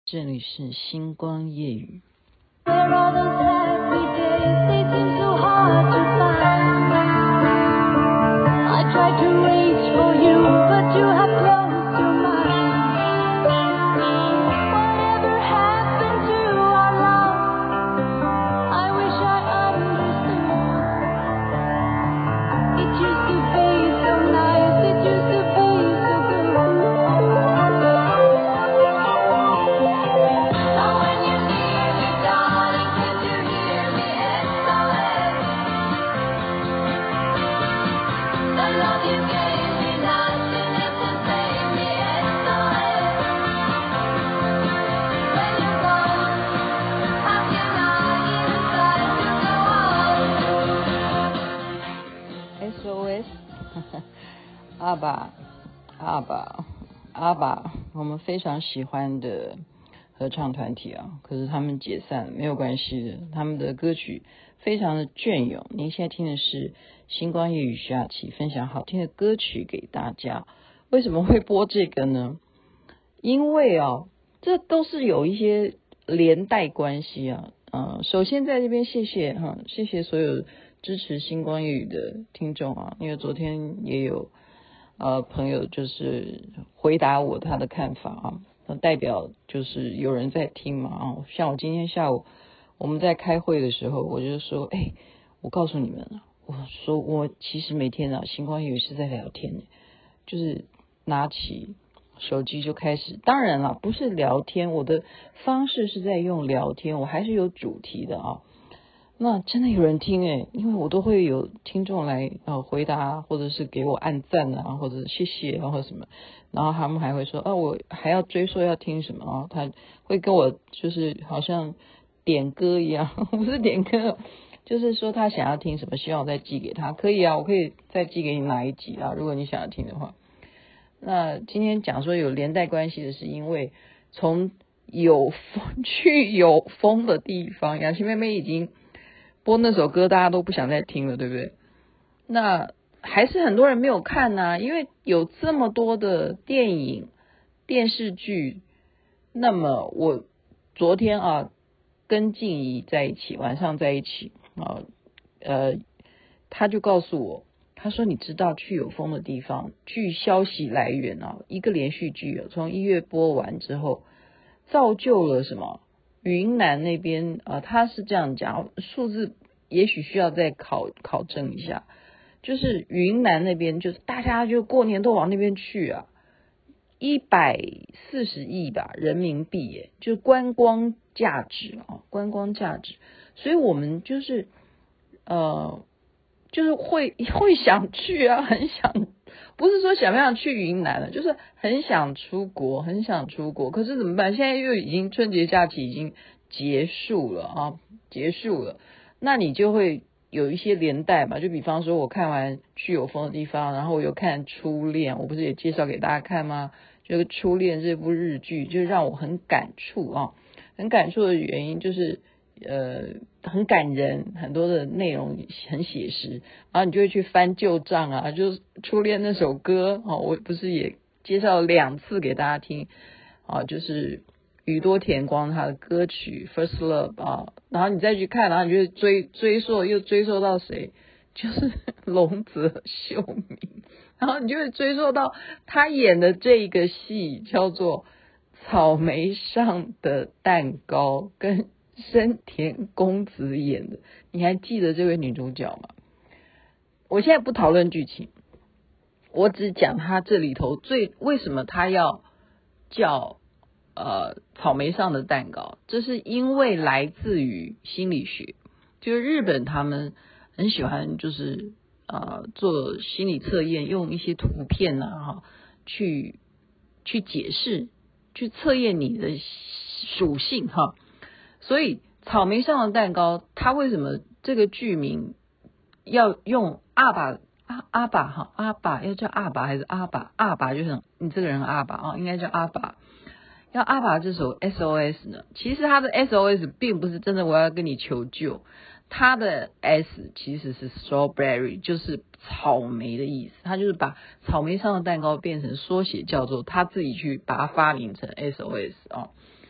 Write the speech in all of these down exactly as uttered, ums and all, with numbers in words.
这里是星光夜语。S O S 阿爸阿爸阿爸，我们非常喜欢的合唱团体啊，可是他们解散没有关系的，他们的歌曲非常的隽永。您现在听的是星光夜语徐雅琪分享好听的歌曲给大家。为什么会播这个呢？因为啊，这都是有一些连带关系啊。呃，首先在这边谢谢哈，谢谢所有支持星光夜语的听众啊，因为昨天也有呃朋友就是回答我他的看法啊，那代表就是有人在听嘛啊。像我今天下午我们在开会的时候，我就说，哎，我告诉你们啊，我说我其实每天啊星光夜语是在聊天，就是拿起手机就开始，当然了，不是聊天，我的方式是在用聊天，我还是有主题的啊。那真的有人听诶，因为我都会有听众来呃回答，或者是给我按赞啊，或者谢谢啊或什么，然后他们还会说啊，我还要追说要听什么啊，他会跟我就是好像点歌一样，不是点歌，就是说他想要听什么，希望我再寄给他，可以啊，我可以再寄给你哪一集啊，如果你想要听的话。那今天讲说有连带关系的是因为从有风去有风的地方，雅琪妹妹已经播那首歌大家都不想再听了，对不对？那还是很多人没有看啊，因为有这么多的电影电视剧。那么我昨天啊跟静怡在一起，晚上在一起啊，呃他就告诉我，他说你知道去有风的地方，据消息来源啊，一个连续剧啊，从一月播完之后造就了什么云南那边啊、呃，他是这样讲，数字也许需要再考考证一下，就是云南那边就是大家就过年都往那边去啊，一百四十亿吧人民币耶，就是观光价值啊，观光价值，所以我们就是呃就是会会想去啊，很想，不是说想不想去云南了，就是很想出国，很想出国。可是怎么办？现在又已经春节假期已经结束了啊，结束了，那你就会有一些连带嘛。就比方说，我看完去有风的地方，然后我又看初恋，我不是也介绍给大家看吗？这个初恋这部日剧，就让我很感触啊，很感触的原因就是。呃，很感人，很多的内容很写实，然后你就会去翻旧账啊，就是初恋那首歌哦，我不是也介绍两次给大家听啊，就是宇多田光他的歌曲 First Love 啊，然后你再去看，然后你就追追溯，又追溯到谁？就是龙泽秀明，然后你就会追溯到他演的这个戏叫做《草莓上的蛋糕》跟深田恭子演的，你还记得这位女主角吗？我现在不讨论剧情，我只讲她这里头最为什么她要叫呃草莓上的蛋糕，这是因为来自于心理学，就是日本他们很喜欢就是呃做心理测验，用一些图片啊哈去去解释，去测验你的属性哈。所以草莓上的蛋糕，它为什么这个剧名要用阿爸阿阿爸哈阿爸要叫阿爸还是阿爸阿爸就是你这个人阿爸啊，应该叫阿爸。要阿爸这首 S O S 呢，其实它的 S O S 并不是真的我要跟你求救，它的 S 其实是 strawberry， 就是草莓的意思，它就是把草莓上的蛋糕变成缩写，叫做他自己去把它发明成 S O S 啊。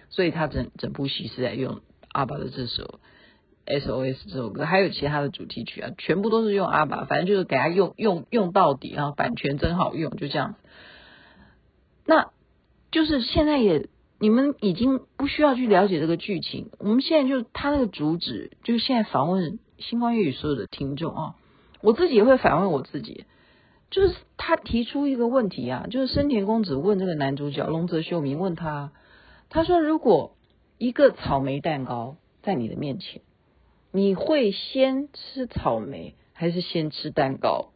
所以他整整部戏是在用阿爸的这首 S O S 这首歌，还有其他的主题曲啊，全部都是用阿爸，反正就是给他用用用到底啊，版权真好用，就这样。那就是现在也你们已经不需要去了解这个剧情，我们现在就他那个主旨，就是现在访问星光夜语所有的听众啊，我自己也会反问我自己，就是他提出一个问题啊，就是深田恭子问这个男主角龙泽秀明，问他，他说如果一个草莓蛋糕在你的面前，你会先吃草莓还是先吃蛋糕？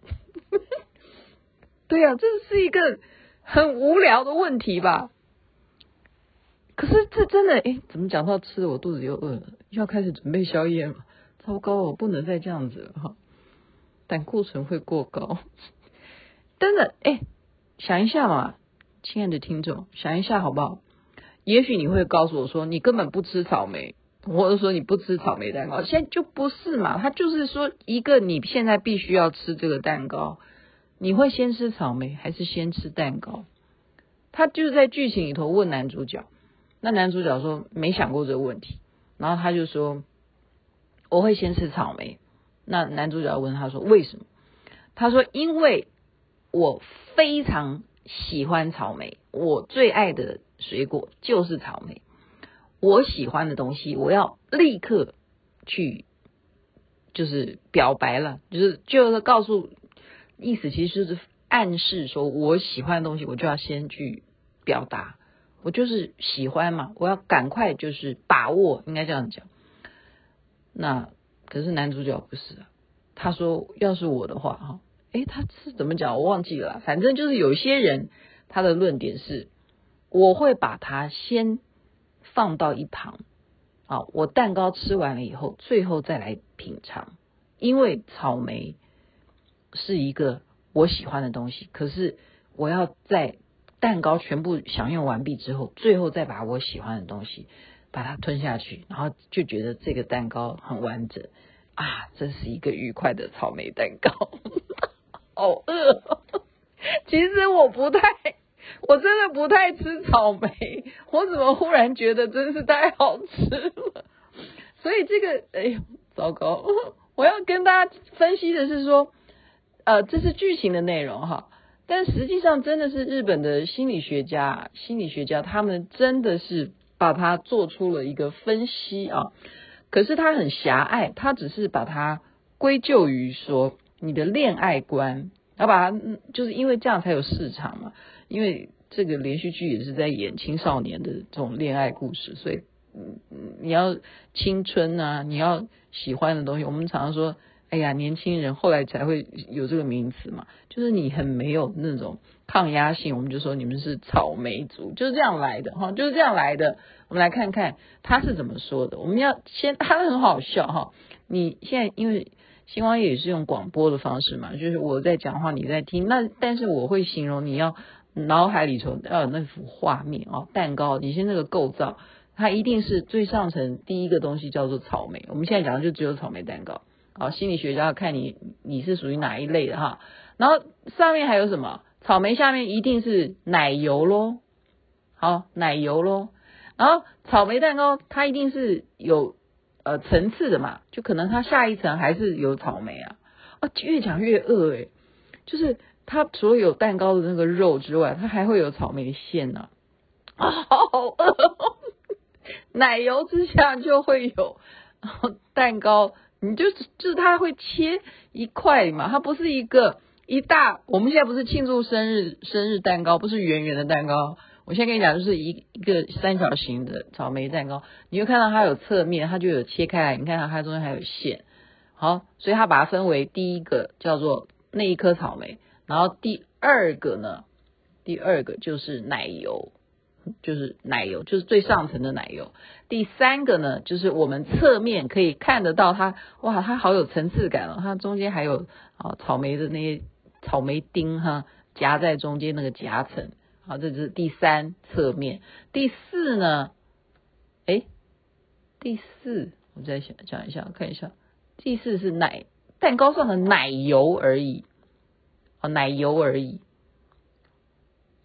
对啊，这是一个很无聊的问题吧。可是这真的，诶，怎么讲到吃的我肚子又饿了，又要开始准备宵夜了，糟糕，我不能再这样子了哈，胆固醇会过高。真的，诶，想一下嘛，亲爱的听众，想一下好不好？也许你会告诉我说你根本不吃草莓，或者说你不吃草莓蛋糕，现在就不是嘛，他就是说一个你现在必须要吃这个蛋糕，你会先吃草莓还是先吃蛋糕？他就是在剧情里头问男主角，那男主角说没想过这个问题，然后他就说我会先吃草莓。那男主角问他说为什么？他说因为我非常喜欢草莓，我最爱的水果就是草莓，我喜欢的东西我要立刻去就是表白了，就是就是告诉，意思其实就是暗示说我喜欢的东西我就要先去表达，我就是喜欢嘛，我要赶快就是把握，应该这样讲。那可是男主角不是啊，他说要是我的话哈，诶，他是怎么讲我忘记了啦，反正就是有些人他的论点是我会把它先放到一旁啊，我蛋糕吃完了以后最后再来品尝，因为草莓是一个我喜欢的东西，可是我要在蛋糕全部享用完毕之后，最后再把我喜欢的东西把它吞下去，然后就觉得这个蛋糕很完整啊，这是一个愉快的草莓蛋糕。好饿其实我不太我真的不太吃草莓，我怎么忽然觉得真是太好吃了。所以这个哎呦糟糕，我要跟大家分析的是说呃，这是剧情的内容哈，但实际上真的是日本的心理学家心理学家他们真的是把它做出了一个分析啊，可是它很狭隘，它只是把它归咎于说你的恋爱观，要把它就是因为这样才有市场嘛，因为这个连续剧也是在演青少年的这种恋爱故事，所以你要青春啊，你要喜欢的东西，我们常常说哎呀年轻人，后来才会有这个名词嘛，就是你很没有那种抗压性，我们就说你们是草莓族，就是这样来的哈，就是这样来的。我们来看看他是怎么说的，我们要先，他很好笑哈，你现在因为星光夜也是用广播的方式嘛，就是我在讲话你在听，那但是我会形容你要脑海里头要有那幅画面啊，蛋糕你先那个构造，它一定是最上层第一个东西叫做草莓，我们现在讲的就只有草莓蛋糕。好，心理学家要看你你是属于哪一类的哈，然后上面还有什么？草莓下面一定是奶油咯，好，奶油咯，然后草莓蛋糕它一定是有呃层次的嘛，就可能它下一层还是有草莓啊，啊越讲越饿诶，就是它除了有蛋糕的那个肉之外，它还会有草莓馅呢、啊，啊好饿，奶油之下就会有蛋糕。你就就是它会切一块嘛，它不是一个一大，我们现在不是庆祝生日生日蛋糕，不是圆圆的蛋糕，我现在跟你讲就是一一个三角形的草莓蛋糕，你会看到它有侧面，它就有切开来，你看到它中间还有馅，好，所以它把它分为第一个叫做那一颗草莓，然后第二个呢，第二个就是奶油。就是奶油，就是最上层的奶油。第三个呢，就是我们侧面可以看得到它，哇，它好有层次感哦，它中间还有啊草莓的那些草莓丁哈夹在中间那个夹层，好，这就是第三侧面。第四呢，诶，第四我再想讲一下，看一下，第四是奶蛋糕上的奶油而已，哦，奶油而已。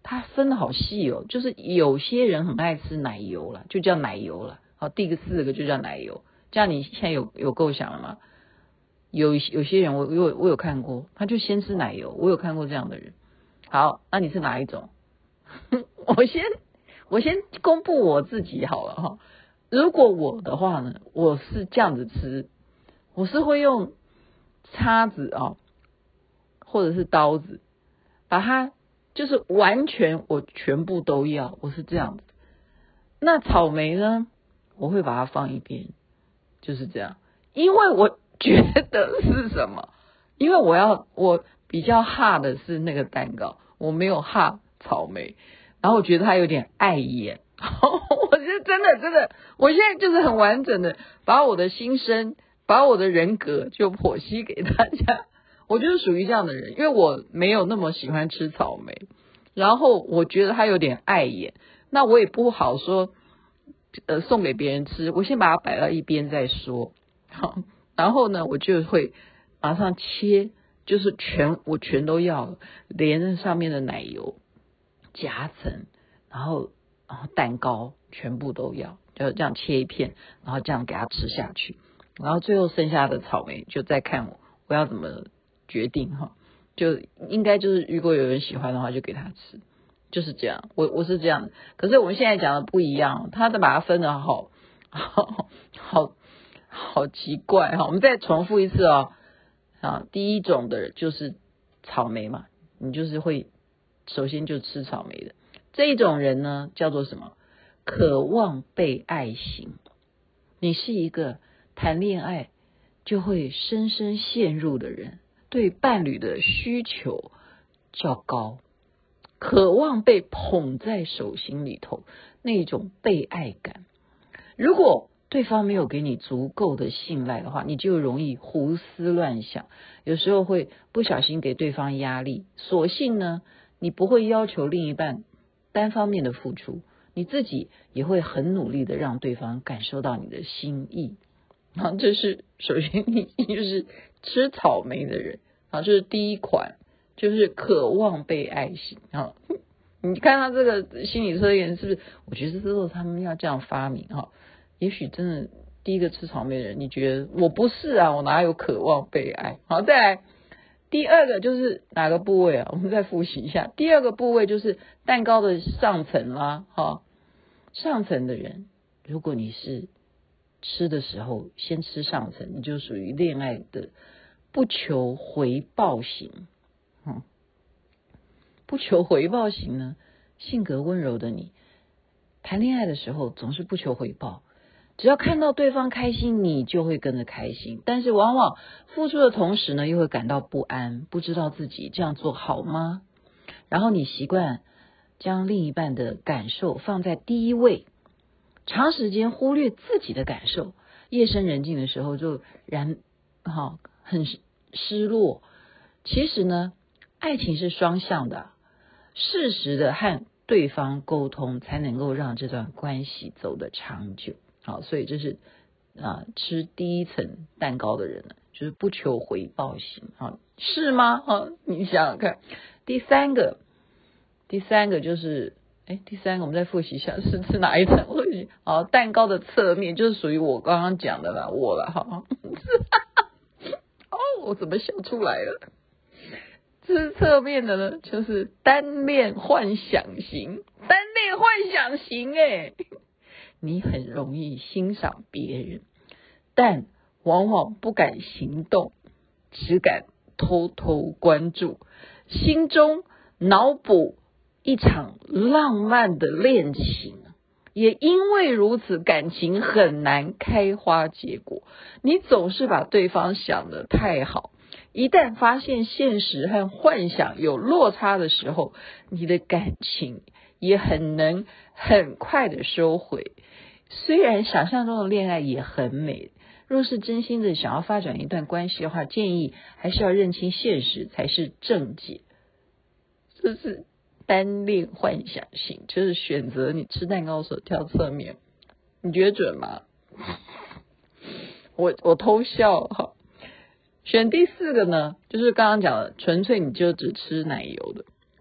它分的好细哦，就是有些人很爱吃奶油了，就叫奶油了。好，第一个四个就叫奶油，这样你现在有有构想了吗？有有些人我我我有看过，他就先吃奶油，我有看过这样的人。好，那你是哪一种？我先我先公布我自己好了哈。如果我的话呢，我是这样子吃，我是会用叉子啊，或者是刀子，把它就是完全我全部都要，我是这样子。那草莓呢，我会把它放一边，就是这样，因为我觉得是什么？因为我要我比较哈的是那个蛋糕，我没有哈草莓，然后我觉得它有点碍眼。我觉得真的真的，我现在就是很完整的把我的心声，把我的人格就剖析给大家。我就是属于这样的人，因为我没有那么喜欢吃草莓，然后我觉得它有点碍眼，那我也不好说呃送给别人吃，我先把它摆到一边再说。好，然后呢，我就会马上切，就是全我全都要了，连上面的奶油夹层，然后然后蛋糕全部都要，就这样切一片，然后这样给它吃下去，然后最后剩下的草莓就再看我我要怎么决定哈，就应该就是如果有人喜欢的话就给他吃，就是这样，我我是这样的。可是我们现在讲的不一样，他的把它分的好好好好奇怪哈。我们再重复一次哦，啊，第一种的就是草莓嘛，你就是会首先就吃草莓的这一种人呢，叫做什么？渴望被爱型。你是一个谈恋爱就会深深陷入的人，对伴侣的需求较高，渴望被捧在手心里头，那种被爱感。如果对方没有给你足够的信赖的话，你就容易胡思乱想，有时候会不小心给对方压力，索性呢，你不会要求另一半单方面的付出，你自己也会很努力的让对方感受到你的心意。啊，这是首先你就是吃草莓的人啊，这是第一款，就是渴望被爱型啊。你看他这个心理测验是不是？我觉得之后他们要这样发明哈，也许真的第一个吃草莓的人，你觉得我不是啊，我哪有渴望被爱？好，再来第二个就是哪个部位啊？我们再复习一下，第二个部位就是蛋糕的上层啦，哈，上层的人，如果你是吃的时候先吃上层，你就属于恋爱的不求回报型，嗯。不求回报型呢，性格温柔的你，谈恋爱的时候总是不求回报，只要看到对方开心，你就会跟着开心。但是往往付出的同时呢，又会感到不安，不知道自己这样做好吗？然后你习惯将另一半的感受放在第一位，长时间忽略自己的感受，夜深人静的时候就然好很失落。其实呢，爱情是双向的，适时的和对方沟通，才能够让这段关系走得长久。好，所以这是啊，吃第一层蛋糕的人呢，就是不求回报型啊，是吗？啊，你想想看。第三个，第三个就是，哎，第三个我们再复习一下，是是哪一层？好，蛋糕的侧面就是属于我刚刚讲的啦，我了哈。哦，我怎么笑出来了？这侧面的呢，就是单恋幻想型，单恋幻想型哎，你很容易欣赏别人，但往往不敢行动，只敢偷偷关注，心中脑补一场浪漫的恋情，也因为如此，感情很难开花结果。你总是把对方想得太好，一旦发现现实和幻想有落差的时候，你的感情也很能很快的收回。虽然想象中的恋爱也很美，若是真心的想要发展一段关系的话，建议还是要认清现实才是正解。这是单恋幻想型，就是选择你吃蛋糕的时候挑侧面，你觉得准吗？我我偷笑哈。选第四个呢，就是刚刚讲的，纯粹你就只吃奶油的，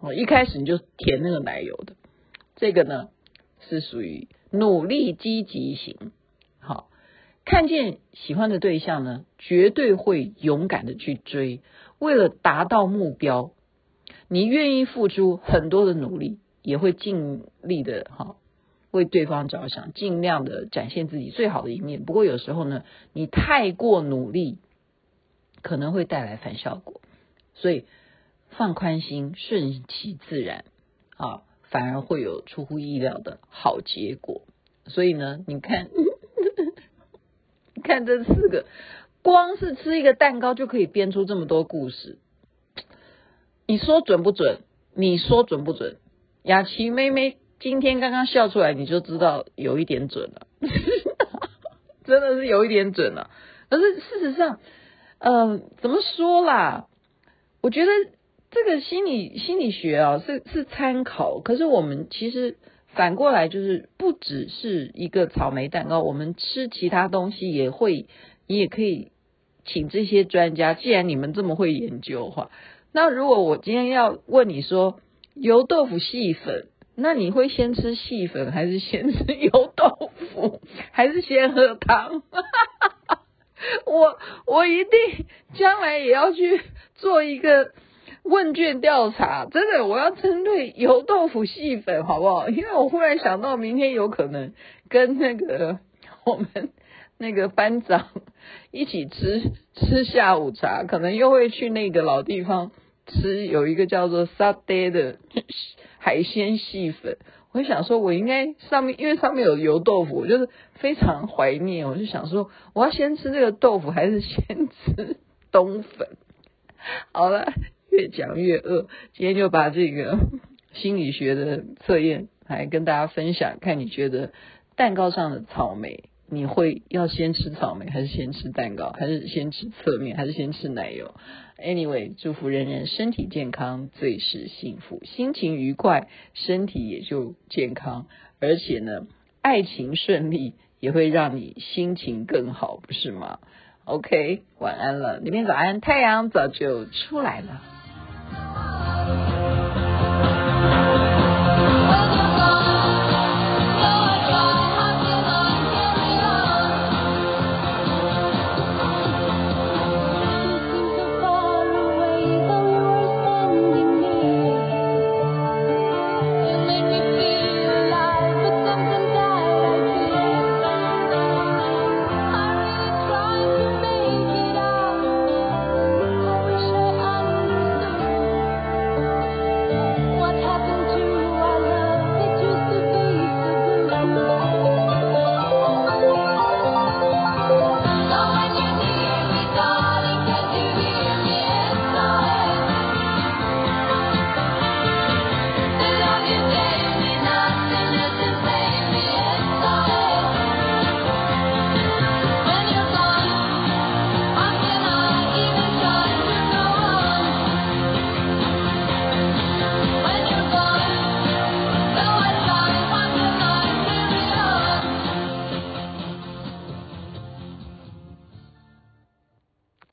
一开始你就填那个奶油的。这个呢是属于努力积极型。好，看见喜欢的对象呢，绝对会勇敢的去追，为了达到目标，你愿意付出很多的努力，也会尽力的哈为对方着想，尽量的展现自己最好的一面。不过有时候呢，你太过努力可能会带来反效果，所以放宽心，顺其自然啊，反而会有出乎意料的好结果。所以呢，你看你看这四个，光是吃一个蛋糕就可以编出这么多故事，你说准不准？你说准不准？雅琪妹妹今天刚刚笑出来，你就知道有一点准了真的是有一点准了。可是事实上呃，怎么说啦，我觉得这个心理心理学啊是是参考，可是我们其实反过来就是不只是一个草莓蛋糕，我们吃其他东西也会，你也可以请这些专家，既然你们这么会研究的话，那如果我今天要问你说油豆腐细粉，那你会先吃细粉还是先吃油豆腐还是先喝汤我我一定将来也要去做一个问卷调查，真的，我要针对油豆腐细粉好不好？因为我忽然想到明天有可能跟那个我们那个班长一起吃吃下午茶，可能又会去那个老地方吃有一个叫做沙爹的海鲜细粉。我就想说我应该上面，因为上面有油豆腐，我就是非常怀念，我就想说我要先吃这个豆腐还是先吃冬粉。好了，越讲越饿，今天就把这个心理学的测验来跟大家分享，看你觉得蛋糕上的草莓，你会要先吃草莓还是先吃蛋糕，还是先吃侧面，还是先吃奶油。 Anyway， 祝福人人身体健康，最是幸福，心情愉快，身体也就健康，而且呢爱情顺利也会让你心情更好，不是吗？ OK， 晚安了，明天早安太阳早就出来了。